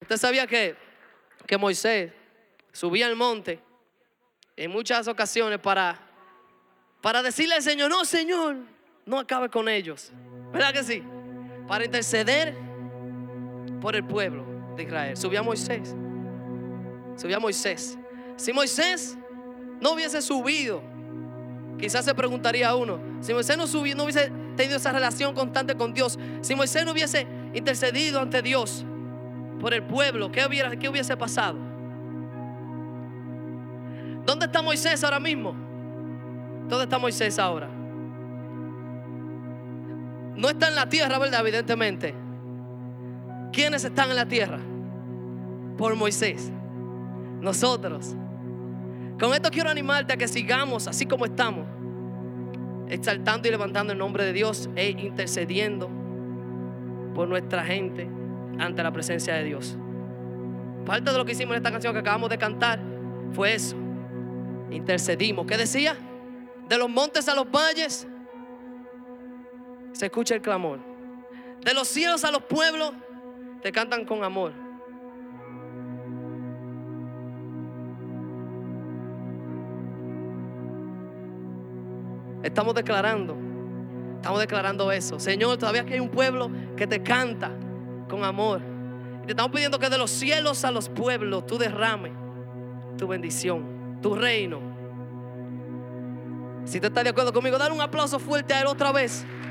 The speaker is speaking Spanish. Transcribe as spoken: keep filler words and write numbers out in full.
Usted sabía que, que Moisés subía al monte en muchas ocasiones para, para decirle al Señor: no, Señor, no acabe con ellos. ¿Verdad que sí? Para interceder por el pueblo de Israel. Subía Moisés. Subía Moisés. Si Moisés no hubiese subido, quizás se preguntaría uno: si Moisés no, subió, no hubiese tenido esa relación constante con Dios, si Moisés no hubiese intercedido ante Dios por el pueblo, ¿qué hubiera, qué hubiese pasado? ¿Dónde está Moisés ahora mismo? ¿Dónde está Moisés ahora? No está en la tierra, ¿verdad? Evidentemente. ¿Quiénes están en la tierra? Por Moisés. Nosotros. Con esto quiero animarte a que sigamos así como estamos, exaltando y levantando el nombre de Dios e intercediendo por nuestra gente ante la presencia de Dios. Parte de lo que hicimos en esta canción que acabamos de cantar fue eso. Intercedimos. ¿Qué decía? De los montes a los valles se escucha el clamor. De los cielos a los pueblos te cantan con amor. Estamos declarando, estamos declarando eso. Señor, todavía aquí hay un pueblo que te canta con amor. Y te estamos pidiendo que de los cielos a los pueblos tú derrames tu bendición, tu reino. Si tú estás de acuerdo conmigo, dale un aplauso fuerte a él otra vez.